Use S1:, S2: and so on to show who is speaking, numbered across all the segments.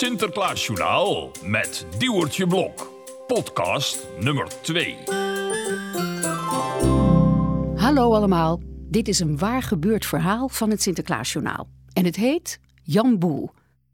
S1: Sinterklaasjournaal met Diewertje Blok. Podcast nummer 2.
S2: Hallo allemaal, dit is een waar gebeurd verhaal van het Sinterklaasjournaal. En het heet Jan Boel.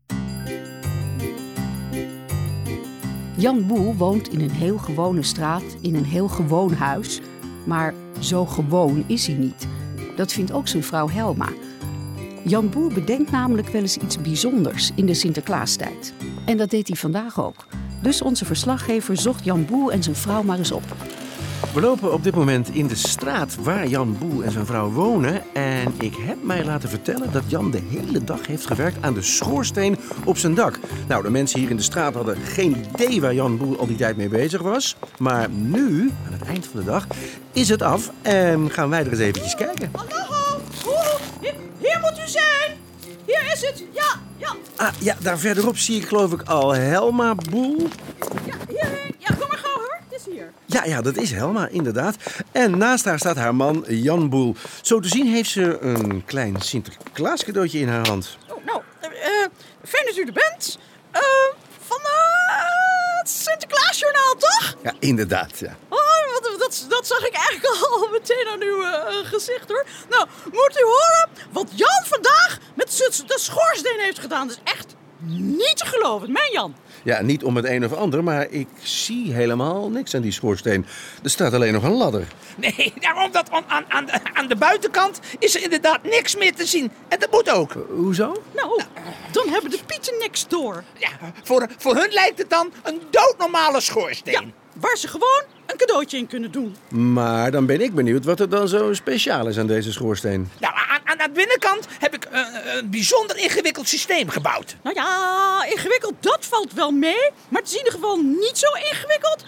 S2: Jan Boel woont in een heel gewone straat, in een heel gewoon huis. Maar zo gewoon is hij niet. Dat vindt ook zijn vrouw Helma. Jan Boel bedenkt namelijk wel eens iets bijzonders in de Sinterklaastijd. En dat deed hij vandaag ook. Dus onze verslaggever zocht Jan Boel en zijn vrouw maar eens op.
S3: We lopen op dit moment in de straat waar Jan Boel en zijn vrouw wonen. En ik heb mij laten vertellen dat Jan de hele dag heeft gewerkt aan de schoorsteen op zijn dak. Nou, de mensen hier in de straat hadden geen idee waar Jan Boel al die tijd mee bezig was. Maar nu, aan het eind van de dag, is het af en gaan wij er eens eventjes kijken.
S4: Hallo, hier moet u zijn. Hier is het, ja.
S3: Ah, ja, daar verderop zie ik geloof ik al Helma Boel.
S4: Ja, hierheen. Ja, kom maar gauw hoor, het is hier.
S3: Ja, dat is Helma, inderdaad. En naast haar staat haar man Jan Boel. Zo te zien heeft ze een klein Sinterklaas cadeautje in haar hand.
S4: Oh, nou, fijn dat u er bent. Van het Sinterklaasjournaal, toch?
S3: Ja, inderdaad, ja.
S4: Oh, dat zag ik eigenlijk al meteen aan uw gezicht, hoor. Nou, moet u horen wat Jan vandaag met de schoorsteen heeft gedaan. Dat is echt niet te geloven, mijn Jan.
S3: Ja, niet om het een of ander, maar ik zie helemaal niks aan die schoorsteen. Er staat alleen nog een ladder.
S5: Nee, omdat aan de buitenkant is er inderdaad niks meer te zien. En dat moet ook.
S3: Hoezo?
S4: Nou, dan hebben de pieten niks door.
S5: Ja, voor hun lijkt het dan een doodnormale schoorsteen.
S4: Ja, waar ze gewoon een cadeautje in kunnen doen.
S3: Maar dan ben ik benieuwd wat er dan zo speciaal is aan deze schoorsteen.
S5: Nou, aan de binnenkant heb ik een bijzonder ingewikkeld systeem gebouwd.
S4: Nou ja, ingewikkeld, dat valt wel mee. Maar het is in ieder geval niet zo ingewikkeld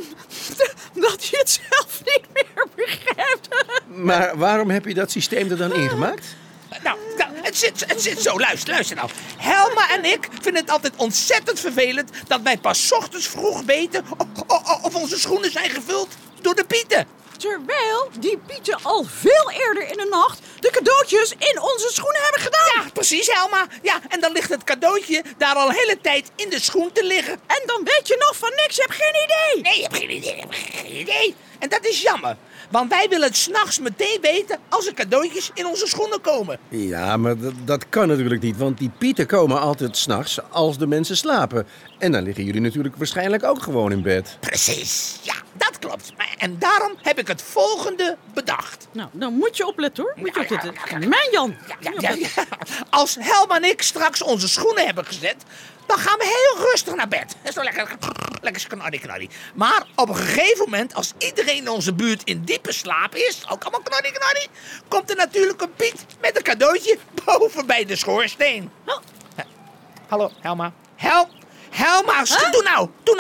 S4: dat je het zelf niet meer begrijpt.
S3: Maar waarom heb je dat systeem er dan ingemaakt?
S5: Nou, het zit zo. Luister nou. Helma en ik vinden het altijd ontzettend vervelend dat wij pas 's ochtends vroeg weten of onze schoenen zijn gevuld door de pieten.
S4: Terwijl die pieten al veel eerder in de nacht de cadeautjes in onze schoenen hebben gedaan.
S5: Ja, precies, Helma. Ja, en dan ligt het cadeautje daar al een hele tijd in de schoen te liggen.
S4: En dan weet je nog van niks, je hebt geen idee.
S5: Nee, ik heb geen idee. En dat is jammer. Want wij willen het 's nachts meteen weten als er cadeautjes in onze schoenen komen.
S3: Ja, maar dat kan natuurlijk niet, want die pieten komen altijd 's nachts als de mensen slapen. En dan liggen jullie natuurlijk waarschijnlijk ook gewoon in bed.
S5: Precies, ja, dat klopt. En daarom heb ik het volgende bedacht.
S4: Nou, dan moet je opletten hoor. Moet je opletten. Mijn Jan.
S5: Ja. Als Helma en ik straks onze schoenen hebben gezet, dan gaan we heel rustig naar bed. Zo lekker knarrie. Maar op een gegeven moment, als iedereen in onze buurt in diepe slaap is, ook allemaal knarrie, komt er natuurlijk een Piet met een cadeautje boven bij de schoorsteen.
S4: Oh.
S5: Hallo, Helma. Helma, doe nou. Doe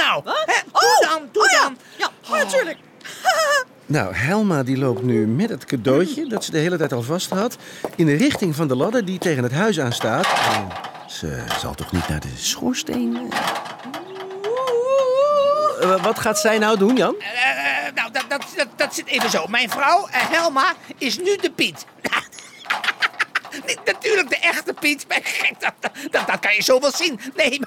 S5: dan.
S4: Ja, natuurlijk.
S3: Nou, Helma die loopt nu met het cadeautje dat ze de hele tijd al vast had in de richting van de ladder die tegen het huis aan staat. En ze zal toch niet naar de schoorsteen? Wat gaat zij nou doen, Jan?
S5: Nou, dat zit even zo. Mijn vrouw, Helma, is nu de Piet. Niet natuurlijk de echte Piet. Dat kan je zo wel zien. Nee,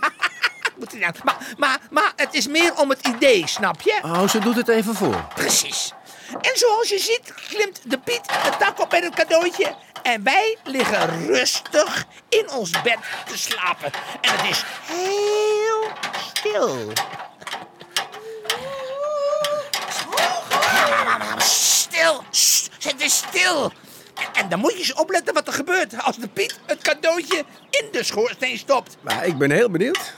S5: maar het is meer om het idee, snap je?
S3: Oh, ze doet het even voor.
S5: Precies. En zoals je ziet klimt de Piet het dak op met het cadeautje. En wij liggen rustig in ons bed te slapen. En het is heel stil. Stil. Het is stil. En dan moet je eens opletten wat er gebeurt als de Piet het cadeautje in de schoorsteen stopt.
S3: Maar ik ben heel benieuwd.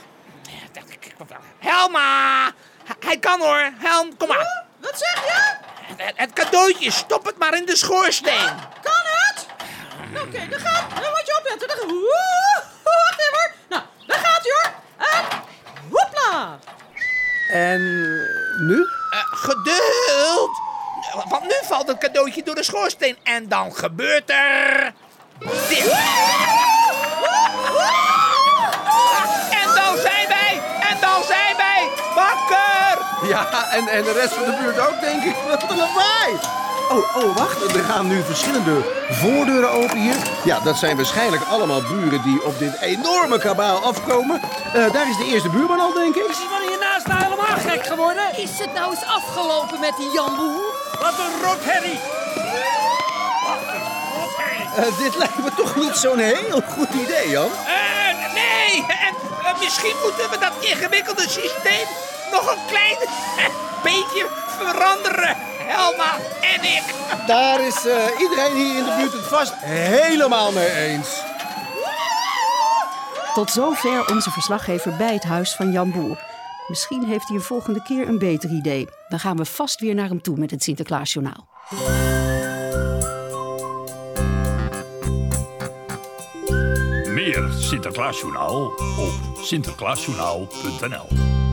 S5: Helma! Hij kan hoor. Helm, kom maar.
S4: Wat zeg je?
S5: Het cadeautje, stop het maar in de schoorsteen.
S4: Kan het? Oké, dan moet je opletten. Wacht even hoor. Nou, daar gaat hij hoor. En hoepla.
S3: En nu?
S5: Geduld. Want nu valt het cadeautje door de schoorsteen. En dan gebeurt er dit. En dan zijn wij wakker.
S3: Ja, en de rest van de buurt ook, denk ik. Wat een lawaai. Oh, wacht. Er gaan nu verschillende voordeuren open hier. Ja, dat zijn waarschijnlijk allemaal buren die op dit enorme kabaal afkomen. Daar is de eerste buurman al, denk ik.
S6: Is die man hiernaast nou helemaal gek geworden?
S7: Is het nou eens afgelopen met die Jan Boel?
S6: Wat een rotherrie!
S3: Dit lijkt me toch niet zo'n heel goed idee, Jan.
S5: Nee, misschien moeten we dat ingewikkelde systeem nog een klein beetje veranderen. Helma en ik.
S3: Daar is iedereen hier in de buurt het vast helemaal mee eens.
S2: Tot zover onze verslaggever bij het huis van Jan Boel. Misschien heeft hij een volgende keer een beter idee. Dan gaan we vast weer naar hem toe met het Sinterklaasjournaal.
S1: Meer Sinterklaasjournaal op sinterklaasjournaal.nl